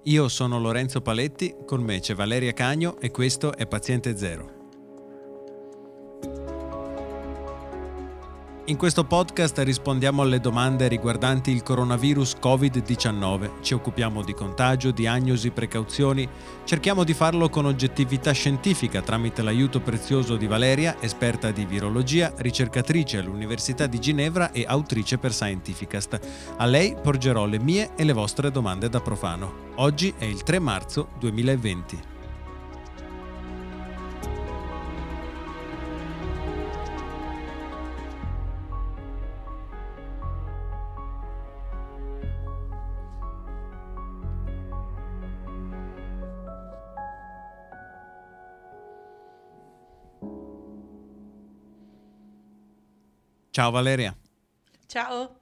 Io sono Lorenzo Paletti, con me c'è Valeria Cagno e questo è Paziente Zero. In questo podcast rispondiamo alle domande riguardanti il coronavirus Covid-19, ci occupiamo di contagio, diagnosi, precauzioni, cerchiamo di farlo con oggettività scientifica tramite l'aiuto prezioso di Valeria, esperta di virologia, ricercatrice all'Università di Ginevra e autrice per Scientificast. A lei porgerò le mie e le vostre domande da profano. Oggi è il 3 marzo 2020. Ciao Valeria. Ciao.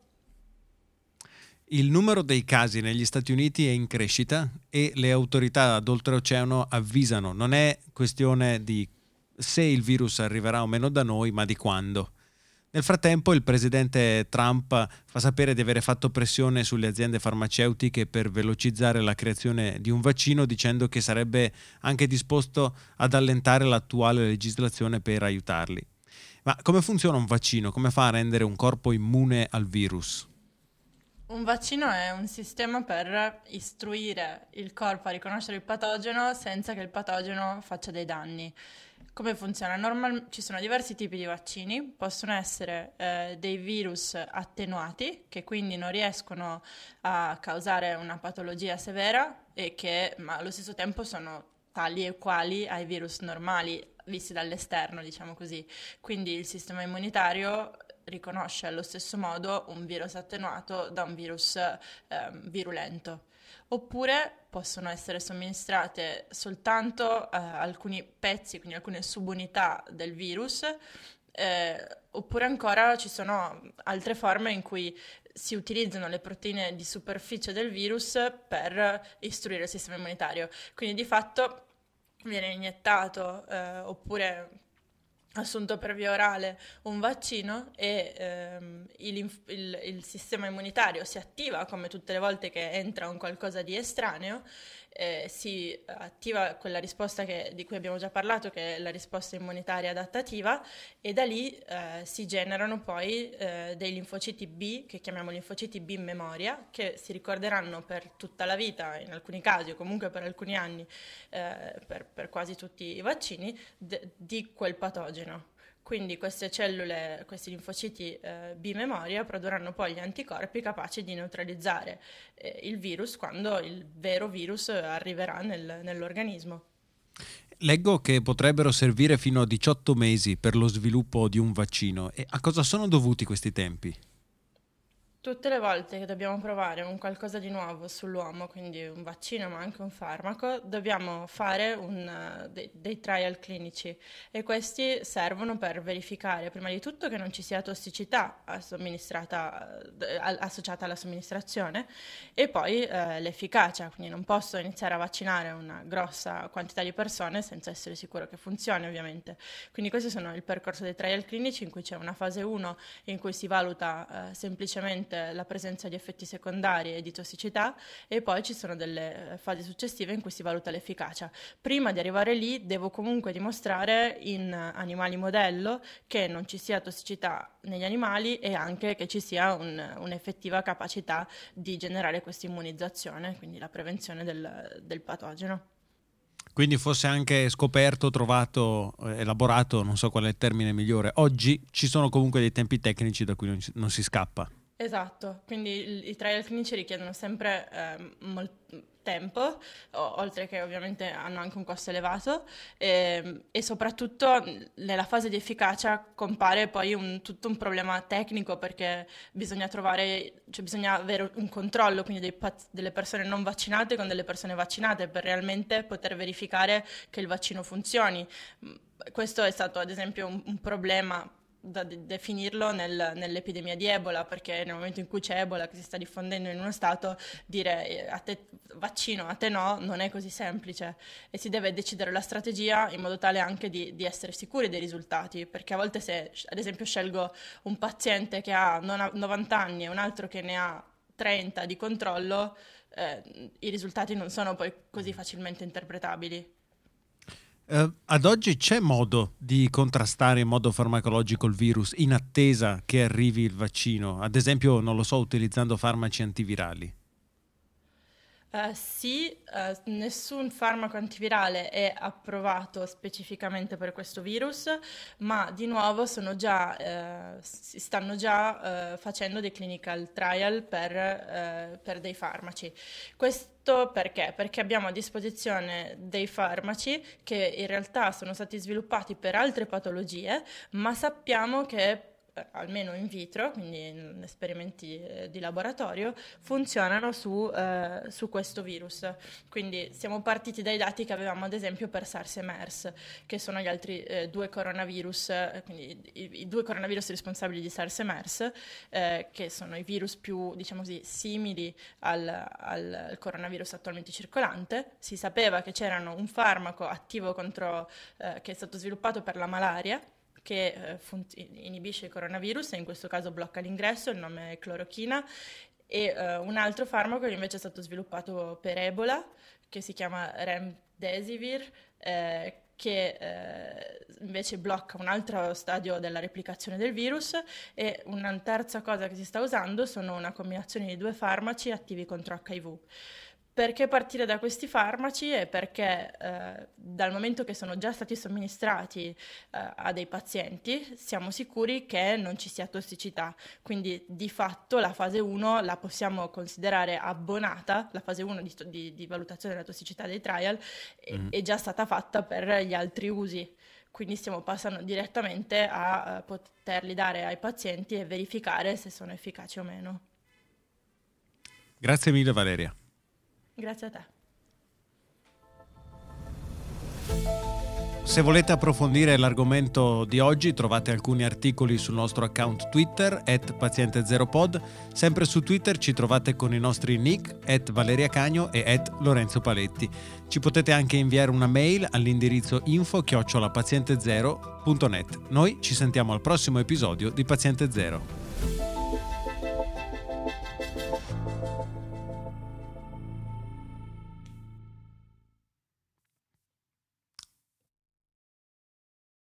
Il numero dei casi negli Stati Uniti è in crescita e le autorità d'oltreoceano avvisano, non è questione di se il virus arriverà o meno da noi, ma di quando. Nel frattempo il presidente Trump fa sapere di avere fatto pressione sulle aziende farmaceutiche per velocizzare la creazione di un vaccino, dicendo che sarebbe anche disposto ad allentare l'attuale legislazione per aiutarli. Ma come funziona un vaccino? Come fa a rendere un corpo immune al virus? Un vaccino è un sistema per istruire il corpo a riconoscere il patogeno senza che il patogeno faccia dei danni. Come funziona? Ci sono diversi tipi di vaccini, possono essere dei virus attenuati che quindi non riescono a causare una patologia severa ma allo stesso tempo sono tali e quali ai virus normali visti dall'esterno, diciamo così. Quindi il sistema immunitario riconosce allo stesso modo un virus attenuato da un virus virulento. Oppure possono essere somministrate soltanto alcuni pezzi, quindi alcune subunità del virus, oppure ancora ci sono altre forme in cui si utilizzano le proteine di superficie del virus per istruire il sistema immunitario. Quindi di fatto viene iniettato oppure assunto per via orale un vaccino e il sistema immunitario si attiva come tutte le volte che entra un qualcosa di estraneo, si attiva quella risposta di cui abbiamo già parlato, che è la risposta immunitaria adattativa, e da lì si generano poi dei linfociti B, che chiamiamo linfociti B memoria, che si ricorderanno per tutta la vita, in alcuni casi o comunque per alcuni anni, per quasi tutti i vaccini, di quel patogeno. Quindi queste cellule, questi linfociti B memoria produrranno poi gli anticorpi capaci di neutralizzare il virus quando il vero virus arriverà nell'organismo. Leggo che potrebbero servire fino a 18 mesi per lo sviluppo di un vaccino. E a cosa sono dovuti questi tempi? Tutte le volte che dobbiamo provare un qualcosa di nuovo sull'uomo, quindi un vaccino ma anche un farmaco, dobbiamo fare dei trial clinici, e questi servono per verificare prima di tutto che non ci sia tossicità associata alla somministrazione, e poi l'efficacia, quindi non posso iniziare a vaccinare una grossa quantità di persone senza essere sicuro che funzioni, ovviamente. Quindi questi sono il percorso dei trial clinici, in cui c'è una fase 1 in cui si valuta semplicemente la presenza di effetti secondari e di tossicità, e poi ci sono delle fasi successive in cui si valuta l'efficacia. Prima di arrivare lì devo comunque dimostrare in animali modello che non ci sia tossicità negli animali e anche che ci sia un'effettiva capacità di generare questa immunizzazione, quindi la prevenzione del patogeno. Quindi fosse anche scoperto, trovato, elaborato, non so qual è il termine migliore, oggi ci sono comunque dei tempi tecnici da cui non si scappa. Esatto, quindi i trial clinici richiedono sempre molto tempo, oltre che ovviamente hanno anche un costo elevato, e soprattutto nella fase di efficacia compare poi tutto un problema tecnico, perché bisogna avere un controllo, quindi delle persone non vaccinate con delle persone vaccinate, per realmente poter verificare che il vaccino funzioni. Questo è stato ad esempio un problema da definirlo nell'epidemia di Ebola, perché nel momento in cui c'è Ebola che si sta diffondendo in uno stato, dire a te vaccino, a te no, non è così semplice, e si deve decidere la strategia in modo tale anche di essere sicuri dei risultati, perché a volte se ad esempio scelgo un paziente che ha 90 anni e un altro che ne ha 30 di controllo, i risultati non sono poi così facilmente interpretabili. Ad oggi c'è modo di contrastare in modo farmacologico il virus in attesa che arrivi il vaccino? Ad esempio, non lo so, utilizzando farmaci antivirali? Sì, nessun farmaco antivirale è approvato specificamente per questo virus, ma di nuovo si stanno già facendo dei clinical trial per dei farmaci. Questo perché? Perché abbiamo a disposizione dei farmaci che in realtà sono stati sviluppati per altre patologie, ma sappiamo che almeno in vitro, quindi in esperimenti di laboratorio, funzionano su questo virus. Quindi siamo partiti dai dati che avevamo ad esempio per SARS e MERS, che sono gli altri due coronavirus, quindi i due coronavirus responsabili di SARS e MERS, che sono i virus più, diciamo così, simili al coronavirus attualmente circolante. Si sapeva che c'erano un farmaco attivo che è stato sviluppato per la malaria, che inibisce il coronavirus e in questo caso blocca l'ingresso, il nome è clorochina, e un altro farmaco che invece è stato sviluppato per Ebola, che si chiama Remdesivir, che invece blocca un altro stadio della replicazione del virus, e una terza cosa che si sta usando sono una combinazione di due farmaci attivi contro HIV. Perché partire da questi farmaci? È perché dal momento che sono già stati somministrati a dei pazienti, siamo sicuri che non ci sia tossicità. Quindi di fatto la fase 1 la possiamo considerare abbonata, la fase 1 di valutazione della tossicità dei trial è già stata fatta per gli altri usi. Quindi stiamo passando direttamente a poterli dare ai pazienti e verificare se sono efficaci o meno. Grazie mille Valeria. Grazie a te. Se volete approfondire l'argomento di oggi trovate alcuni articoli sul nostro account Twitter @paziente0pod. Sempre su Twitter ci trovate con i nostri nick @Valeria Cagno e @Lorenzo Paletti. Ci potete anche inviare una mail all'indirizzo info@pazientezero.net. Noi ci sentiamo al prossimo episodio di Paziente Zero.